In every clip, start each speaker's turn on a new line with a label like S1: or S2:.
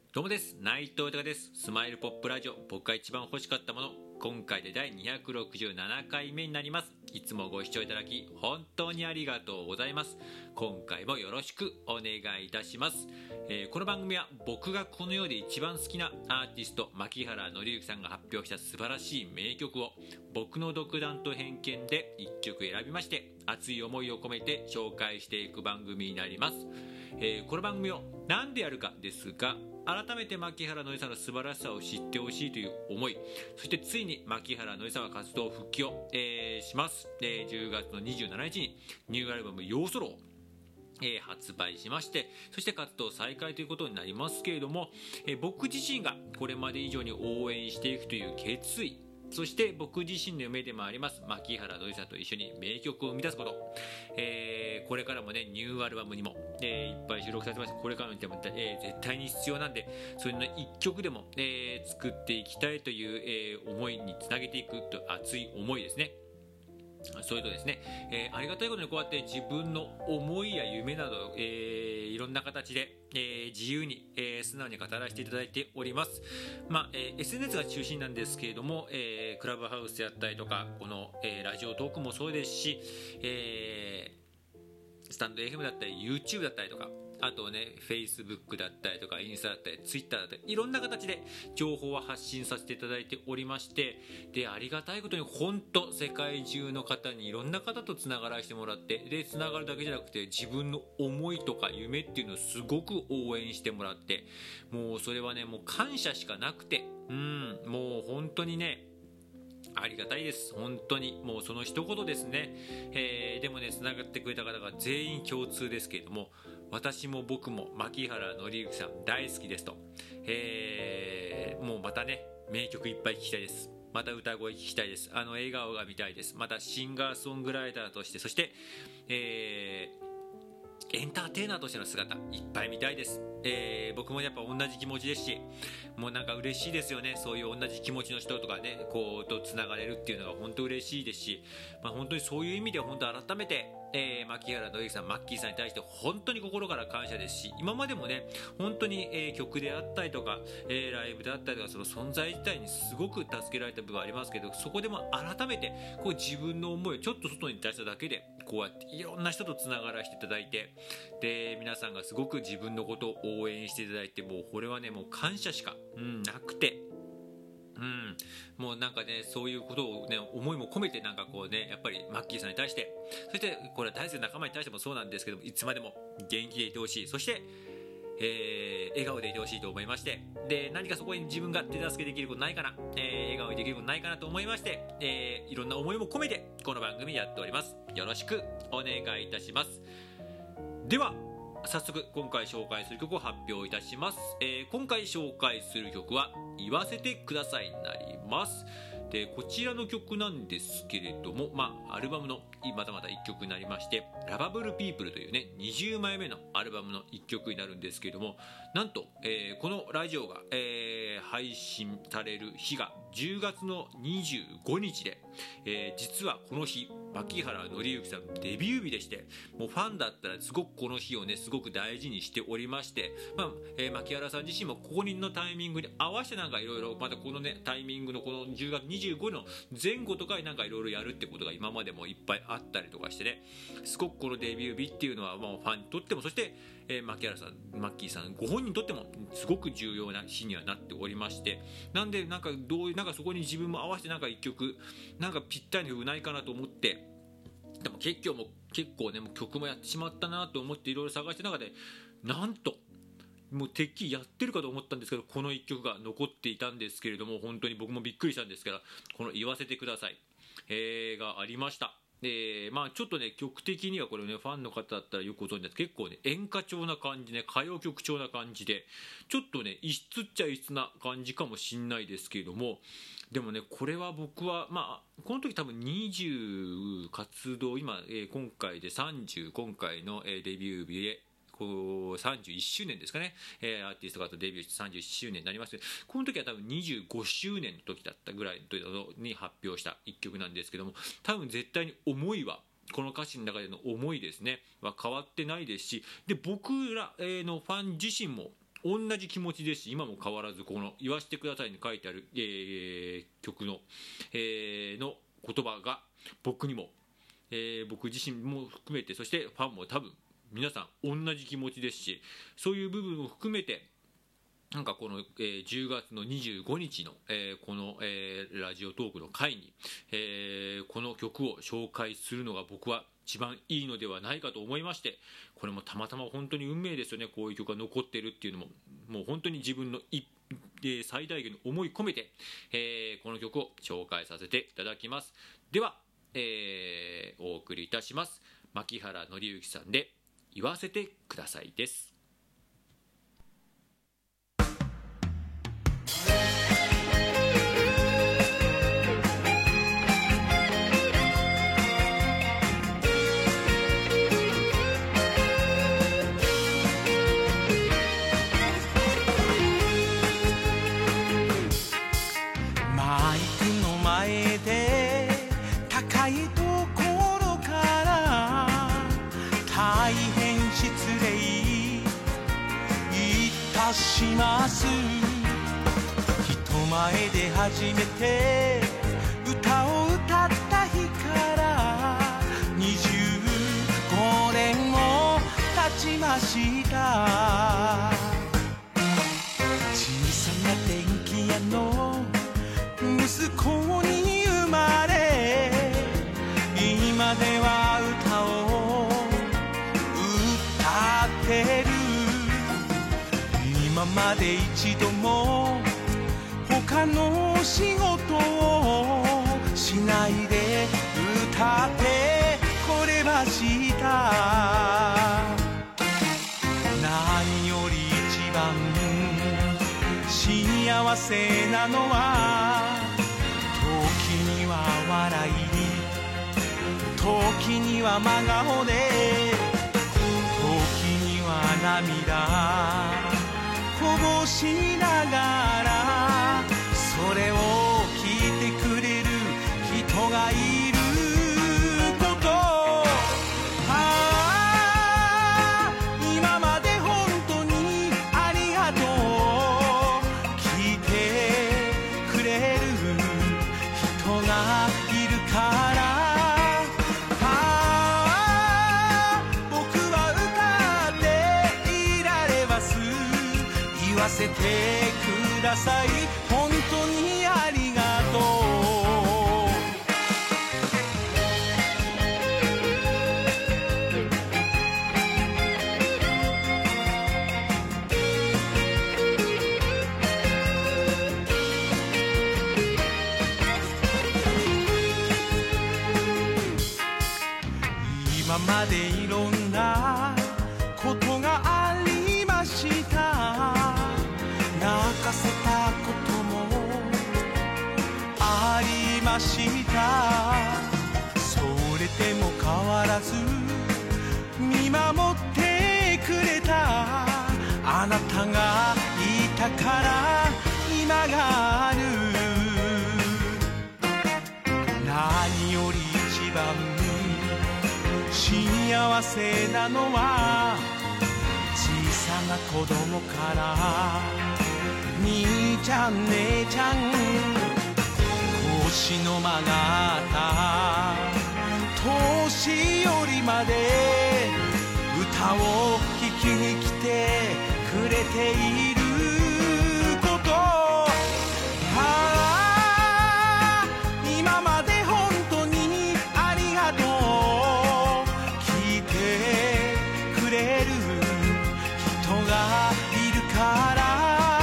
S1: どうもです。内藤隆です。スマイルポップラジオ、僕が一番欲しかったもの、今回で第267回目になります。いつもご視聴いただき本当にありがとうございます。今回もよろしくお願いいたします。この番組は僕がこの世で一番好きなアーティスト牧原紀之さんが発表した素晴らしい名曲を僕の独断と偏見で1曲選びまして熱い思いを込めて紹介していく番組になります。この番組を何でやるかですが、改めて牧原紀之さんの素晴らしさを知ってほしいという思い、そしてついに牧原紀之さんは活動復帰を、します。10月の27日にニューアルバム「ヨーソロ」を発売しまして、そして活動再開ということになりますけれども、僕自身がこれまで以上に応援していくという決意、そして僕自身の夢でもあります牧原紀之さんと一緒に名曲を生み出すこと、これからもねニューアルバムにも、いっぱい収録されてます。これからのでも、絶対に必要なんで、それの一曲でも、作っていきたいという、思いにつなげていくと熱い思いですね。それとですね、ありがたいことにこうやって自分の思いや夢など、いろんな形で、自由に、素直に語らせていただいております。SNS が中心なんですけれども、クラブハウスであったりとかこの、ラジオトークもそうですし、スタンド FM だったり YouTube だったりとか、あとね Facebook だったりとかインスタだったり Twitter だったり、いろんな形で情報は発信させていただいておりまして、でありがたいことに本当世界中の方にいろんな方とつながらせてもらって、でつながるだけじゃなくて自分の思いとか夢っていうのをすごく応援してもらって、もうそれはねもう感謝しかなくて、もう本当にねありがたいです。本当にもうその一言ですね。でもねつながってくれた方が全員共通ですけれども、私も僕も牧原紀之さん大好きですと、もうまたね名曲いっぱい聴きたいです。また歌声聴きたいです。笑顔が見たいです。またシンガーソングライターとして、そして、エンターテイナーとしての姿いっぱい見たいです。僕もやっぱ同じ気持ちですし、もうなんか嬉しいですよね。そういう同じ気持ちの人とかねこうとつながれるっていうのが本当嬉しいですし、本当にそういう意味で本当改めて、牧原紀之さんマッキーさんに対して本当に心から感謝ですし、今までもね本当に、曲であったりとか、ライブであったりとか、その存在自体にすごく助けられた部分はありますけど、そこでも改めてこう自分の思いをちょっと外に出しただけでこうやっていろんな人とつながらせていただいて、で皆さんがすごく自分のことを応援していただいて、もうこれはねもう感謝しか、なくて、もうなんかねそういうことをね思いも込めてなんかこうねやっぱりマッキーさんに対して、そしてこれは大好きな仲間に対してもそうなんですけども、いつまでも元気でいてほしい、そして、笑顔でいてほしいと思いまして、で何かそこに自分が手助けできることないかな、笑顔にできることないかなと思いまして、いろんな思いも込めてこの番組やっております。よろしくお願いいたします。では早速今回紹介する曲を発表いたします。今回紹介する曲は言わせてくださいになります。でこちらの曲なんですけれども、アルバムのまたまた1曲になりまして、ラバブルピープルというね20枚目のアルバムの1曲になるんですけれども、なんと、このラジオが、配信される日が10月の25日で、実はこの日牧原紀之さんデビュー日でして、もうファンだったらすごくこの日をねすごく大事にしておりまして、牧原さん自身もここのタイミングに合わせてなんかいろいろまたこのねタイミングのこの10月25の前後とかになんかいろいろやるってことが今までもいっぱいあったりとかしてね、すごくこのデビュー日っていうのはもうファンにとっても、そして、牧原さんマッキーさんご本人にとってもすごく重要な日にはなっておりまして、なんでなんかそこに自分も合わせてなんか一曲なんかぴったりの曲ないかなと思って、でも結構ねもう曲もやってしまったなと思っていろいろ探してる中で、なんともうてっきりやってるかと思ったんですけど、この1曲が残っていたんですけれども、本当に僕もびっくりしたんですから、この言わせてください、がありました。ちょっとね曲的にはこれねファンの方だったらよくご存知です。結構ね演歌調な感じね、歌謡曲調な感じで、ちょっとね異質っちゃ異質な感じかもしんないですけれども、でもねこれは僕はこの時多分20活動今、今回で30、今回の、デビュー日でこう31周年ですかね、アーティストがデビューして31周年になります。この時は多分25周年の時だったぐらいに発表した一曲なんですけども、多分絶対に思いはこの歌詞の中での思いですねは変わってないですし、で僕らのファン自身も同じ気持ちですし、今も変わらずこの言わせてくださいに書いてある、曲の、の言葉が僕にも、僕自身も含めて、そしてファンも多分皆さん同じ気持ちですし、そういう部分を含めてなんかこの、10月の25日の、この、ラジオトークの回に、この曲を紹介するのが僕は一番いいのではないかと思いまして、これもたまたま本当に運命ですよね。こういう曲が残ってるっていうのももう本当に自分の最大限の思い込めて、この曲を紹介させていただきます。では、お送りいたします。牧原紀之さんで言わせてくださいです。
S2: します人前で初めて歌を歌った日から25年も経ちました。小さな電気屋の息子に生まれ、今では歌を歌ってる。今まで一度も他の仕事をしないで歌ってこれました。何より一番幸せなのは、時には笑い、時には真顔で、時には涙こぼしながら、それを聞いてくれる人がいること、今まで本当にありがとう。聞いてくれる人がいるから、言わせてください。本当にありがとう。今までいろんなことがありました。泣かせたこともありました。それでも変わらず見守ってくれたあなたがいたから今がある。何より一番幸せなのは、小さな子供から兄ちゃん姉ちゃん腰の曲がった年寄りまで歌を聴きに来てくれていること、今まで本当にありがとう。聞いてくれる人がいるから、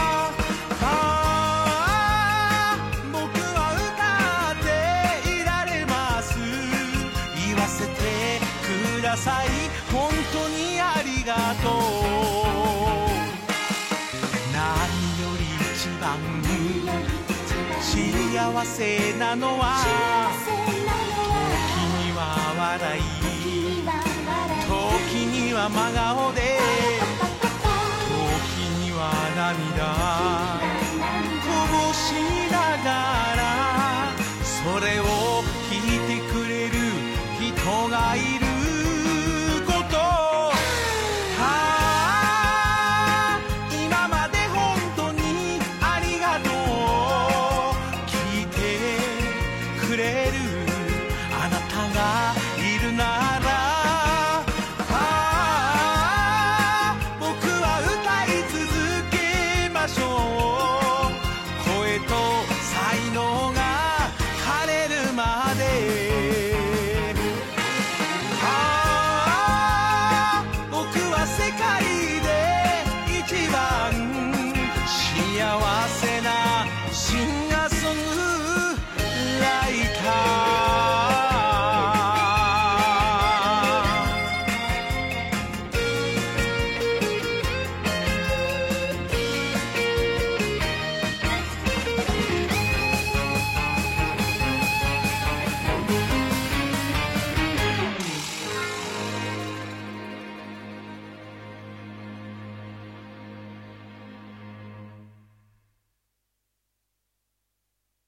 S2: ください。本当にありがとう。何より一番幸せなのは、時には笑い、時には真顔で、時には涙